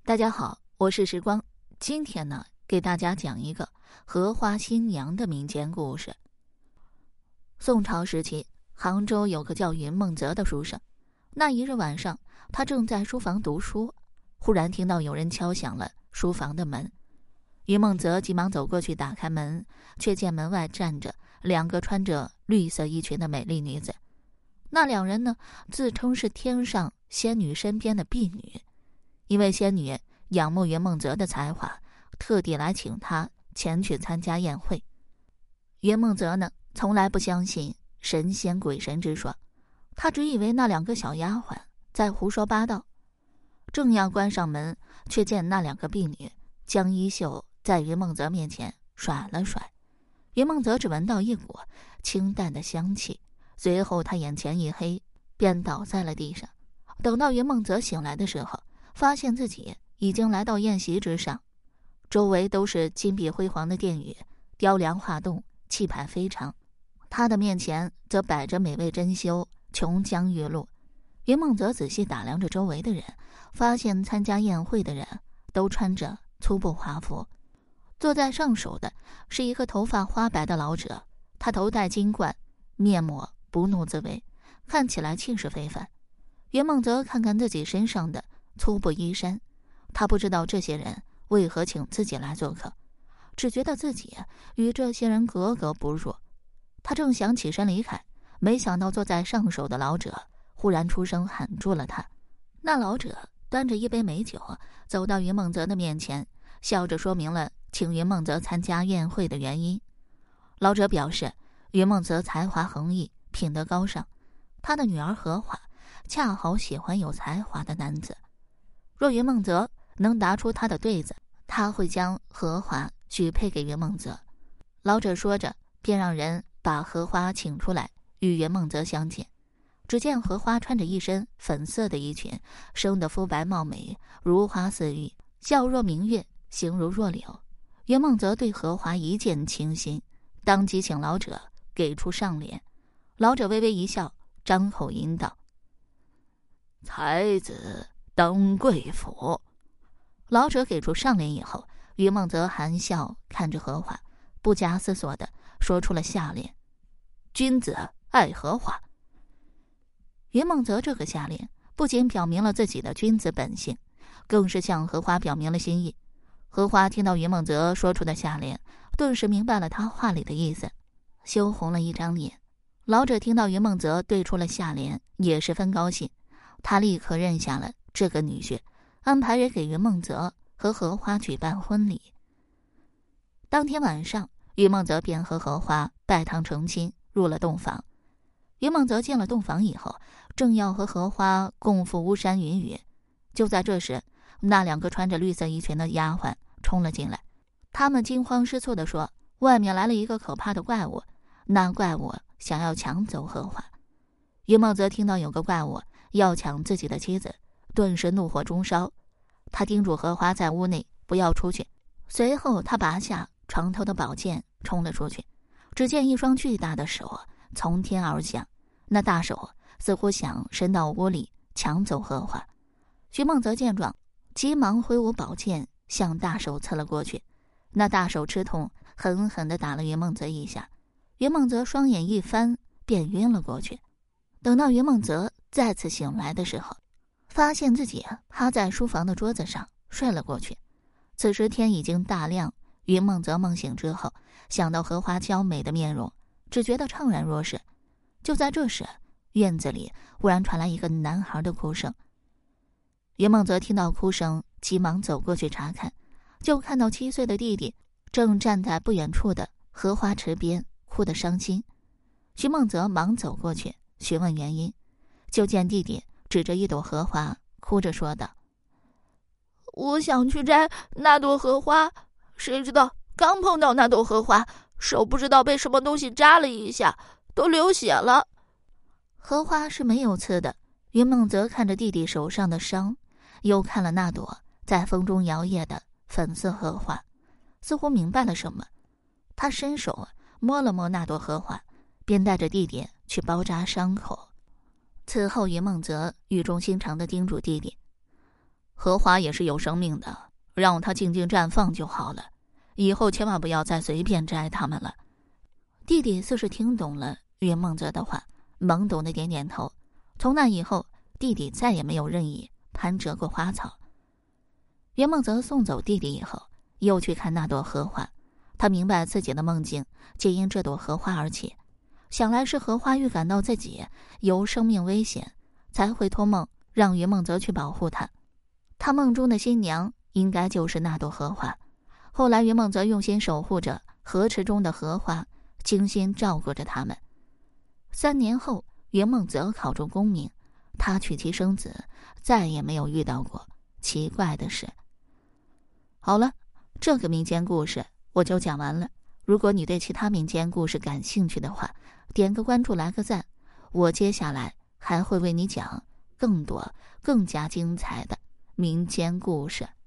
大家好，我是时光。今天呢，给大家讲一个荷花新娘的民间故事。宋朝时期，杭州有个叫云梦泽的书生。那一日晚上，他正在书房读书，忽然听到有人敲响了书房的门。云梦泽急忙走过去打开门，却见门外站着两个穿着绿色衣裙的美丽女子。那两人呢，自称是天上仙女身边的婢女。一位仙女仰慕云梦泽的才华，特地来请他前去参加宴会。云梦泽呢，从来不相信神仙鬼神之说，他只以为那两个小丫鬟在胡说八道。正要关上门，却见那两个婢女将衣袖在云梦泽面前甩了甩。云梦泽只闻到一股清淡的香气，随后他眼前一黑，便倒在了地上。等到云梦泽醒来的时候，发现自己已经来到宴席之上，周围都是金碧辉煌的殿宇，雕梁画栋，气派非常。他的面前则摆着美味珍馐，琼浆玉露。云梦泽仔细打量着周围的人，发现参加宴会的人都穿着粗布华服。坐在上首的是一个头发花白的老者，他头戴金冠，面膜不怒自威，看起来气势非凡。云梦泽看看自己身上的粗布衣衫，他不知道这些人为何请自己来做客，只觉得自己与这些人格格不入。他正想起身离开，没想到坐在上首的老者忽然出声喊住了他。那老者端着一杯美酒走到云梦泽的面前，笑着说明了请云梦泽参加宴会的原因。老者表示，云梦泽才华横溢，品德高尚，他的女儿荷花恰好喜欢有才华的男子。若云梦泽能答出他的对子，他会将荷花许配给云梦泽。老者说着，便让人把荷花请出来与云梦泽相见。只见荷花穿着一身粉色的衣裙，生得肤白貌美，如花似玉，笑若明月，形如弱柳。云梦泽对荷花一见倾心，当即请老者给出上联。老者微微一笑，张口吟道：才子登贵府。老者给出上联以后，云梦泽含笑看着荷花，不假思索地说出了下联：君子爱荷花。云梦泽这个下联不仅表明了自己的君子本性，更是向荷花表明了心意。荷花听到云梦泽说出的下联，顿时明白了他话里的意思，羞红了一张脸。老者听到云梦泽对出了下联，也十分高兴，他立刻认下了这个女婿，安排人给云梦泽和荷花举办婚礼。当天晚上，云梦泽便和荷花拜堂成亲，入了洞房。云梦泽进了洞房以后，正要和荷花共赴巫山云雨，就在这时，那两个穿着绿色衣裙的丫鬟冲了进来。他们惊慌失措地说，外面来了一个可怕的怪物，那怪物想要抢走荷花。云梦泽听到有个怪物要抢自己的妻子，顿时怒火中烧。他叮嘱荷花在屋内不要出去，随后他拔下床头的宝剑冲了出去。只见一双巨大的手从天而降，那大手似乎想伸到屋里抢走荷花。云梦泽见状，急忙挥舞宝剑向大手刺了过去。那大手吃痛，狠狠地打了云梦泽一下。云梦泽双眼一翻，便晕了过去。等到云梦泽再次醒来的时候，发现自己趴在书房的桌子上睡了过去。此时天已经大亮，云梦泽梦醒之后，想到荷花娇美的面容，只觉得怅然若失。就在这时，院子里忽然传来一个男孩的哭声。云梦泽听到哭声，急忙走过去查看，就看到7岁的弟弟正站在不远处的荷花池边，哭得伤心。云梦泽忙走过去询问原因，就见弟弟指着一朵荷花，哭着说道：我想去摘那朵荷花，谁知道刚碰到那朵荷花，手不知道被什么东西扎了一下，都流血了。荷花是没有刺的。云梦泽看着弟弟手上的伤，又看了那朵在风中摇曳的粉色荷花，似乎明白了什么。他伸手摸了摸那朵荷花，便带着弟弟去包扎伤口。此后云梦泽语重心长地叮嘱弟弟： 荷花也是有生命的，让它静静绽放就好了，以后千万不要再随便摘它们了。弟弟似是听懂了云梦泽的话，懵懂的点点头。从那以后，弟弟再也没有任意攀折过花草。云梦泽送走弟弟以后，又去看那朵荷花。他明白自己的梦境皆因这朵荷花而起，想来是荷花预感到自己有生命危险，才会托梦让云梦泽去保护他。他梦中的新娘应该就是那朵荷花。后来云梦泽用心守护着荷池中的荷花，精心照顾着他们。3年后，云梦泽考中功名，他娶妻生子，再也没有遇到过奇怪的事。好了，这个民间故事我就讲完了。如果你对其他民间故事感兴趣的话，点个关注，来个赞，我接下来还会为你讲更多更加精彩的民间故事。